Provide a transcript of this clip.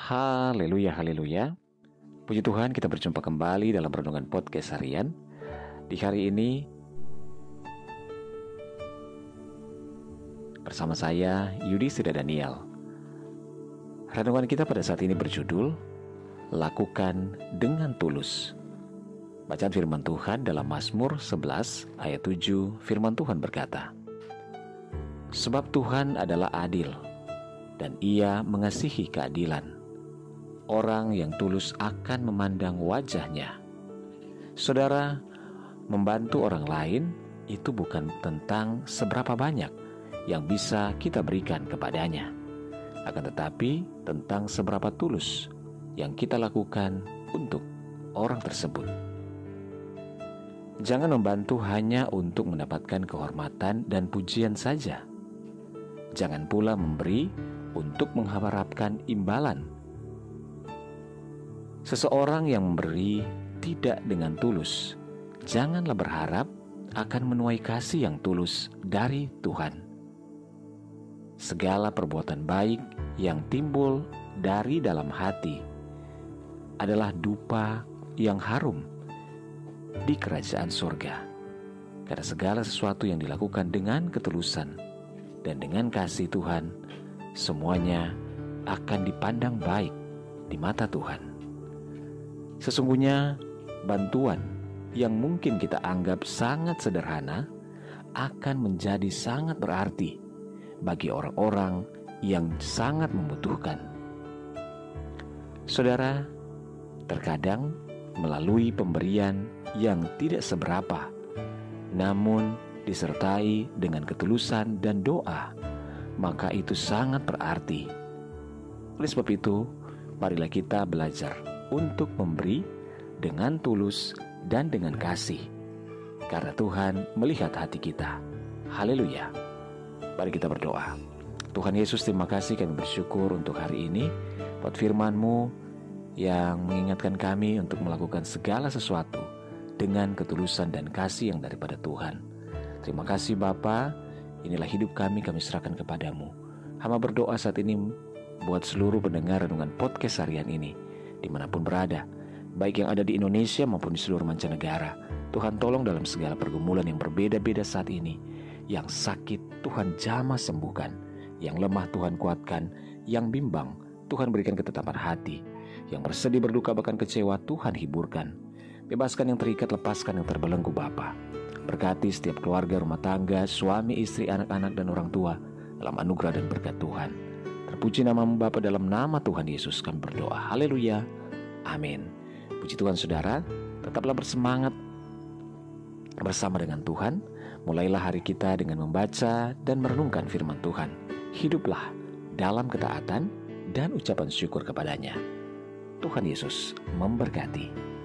Haleluya, haleluya. Puji Tuhan, kita berjumpa kembali dalam renungan podcast harian. Di hari ini bersama saya Yudhistira Daniel. Renungan kita pada saat ini berjudul Lakukan dengan Tulus. Bacaan firman Tuhan dalam Mazmur 11 ayat 7, firman Tuhan berkata, "Sebab Tuhan adalah adil, dan Ia mengasihi keadilan. Orang yang tulus akan memandang wajah-Nya." Saudara, membantu orang lain itu bukan tentang seberapa banyak yang bisa kita berikan kepadanya, akan tetapi tentang seberapa tulus yang kita lakukan untuk orang tersebut. Jangan membantu hanya untuk mendapatkan kehormatan dan pujian saja. Jangan pula memberi untuk mengharapkan imbalan. Seseorang yang memberi tidak dengan tulus, janganlah berharap akan menuai kasih yang tulus dari Tuhan. Segala perbuatan baik yang timbul dari dalam hati adalah dupa yang harum di kerajaan surga. Karena segala sesuatu yang dilakukan dengan ketulusan dan dengan kasih Tuhan, semuanya akan dipandang baik di mata Tuhan. Sesungguhnya bantuan yang mungkin kita anggap sangat sederhana akan menjadi sangat berarti bagi orang-orang yang sangat membutuhkan. Saudara, terkadang melalui pemberian yang tidak seberapa, namun disertai dengan ketulusan dan doa, maka itu sangat berarti. Oleh sebab itu, marilah kita belajar untuk memberi dengan tulus dan dengan kasih, karena Tuhan melihat hati kita. Haleluya. Mari kita berdoa. Tuhan Yesus, terima kasih, kami bersyukur untuk hari ini buat firman-Mu yang mengingatkan kami untuk melakukan segala sesuatu dengan ketulusan dan kasih yang daripada Tuhan. Terima kasih Bapa, inilah hidup kami serahkan kepadamu. Hamba berdoa saat ini buat seluruh pendengar renungan podcast harian ini, dimanapun berada, baik yang ada di Indonesia maupun di seluruh mancanegara. Tuhan tolong dalam segala pergumulan yang berbeda-beda saat ini. Yang sakit Tuhan jamah sembuhkan, yang lemah Tuhan kuatkan, yang bimbang Tuhan berikan ketetapan hati, yang bersedih berduka bahkan kecewa Tuhan hiburkan. Bebaskan yang terikat, lepaskan yang terbelenggu Bapa. Berkati setiap keluarga, rumah tangga, suami, istri, anak-anak dan orang tua dalam anugerah dan berkat Tuhan. Terpuji nama-Mu Bapa, dalam nama Tuhan Yesus kami berdoa. Haleluya. Amin. Puji Tuhan saudara, tetaplah bersemangat bersama dengan Tuhan. Mulailah hari kita dengan membaca dan merenungkan firman Tuhan. Hiduplah dalam ketaatan dan ucapan syukur kepadanya. Tuhan Yesus memberkati.